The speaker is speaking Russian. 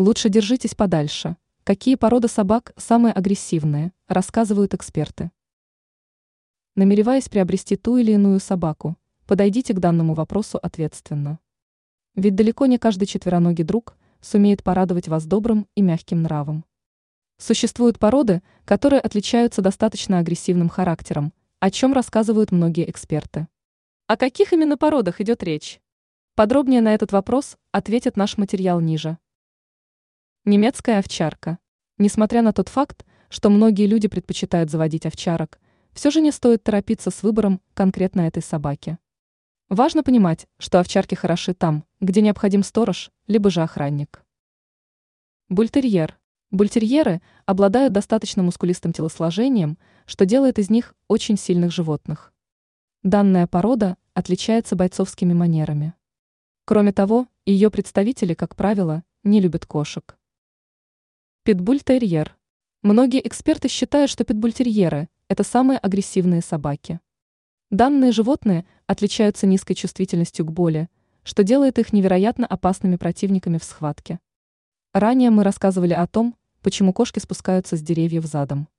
Лучше держитесь подальше. Какие породы собак самые агрессивные, рассказывают эксперты. Намереваясь приобрести ту или иную собаку, подойдите к данному вопросу ответственно. Ведь далеко не каждый четвероногий друг сумеет порадовать вас добрым и мягким нравом. Существуют породы, которые отличаются достаточно агрессивным характером, о чем рассказывают многие эксперты. О каких именно породах идет речь? Подробнее на этот вопрос ответит наш материал ниже. Немецкая овчарка. Несмотря на тот факт, что многие люди предпочитают заводить овчарок, все же не стоит торопиться с выбором конкретно этой собаки. Важно понимать, что овчарки хороши там, где необходим сторож, либо же охранник. Бультерьер. Бультерьеры обладают достаточно мускулистым телосложением, что делает из них очень сильных животных. Данная порода отличается бойцовскими манерами. Кроме того, ее представители, как правило, не любят кошек. Питбуль-терьер. Многие эксперты считают, что питбуль-терьеры – это самые агрессивные собаки. Данные животные отличаются низкой чувствительностью к боли, что делает их невероятно опасными противниками в схватке. Ранее мы рассказывали о том, почему кошки спускаются с деревьев задом.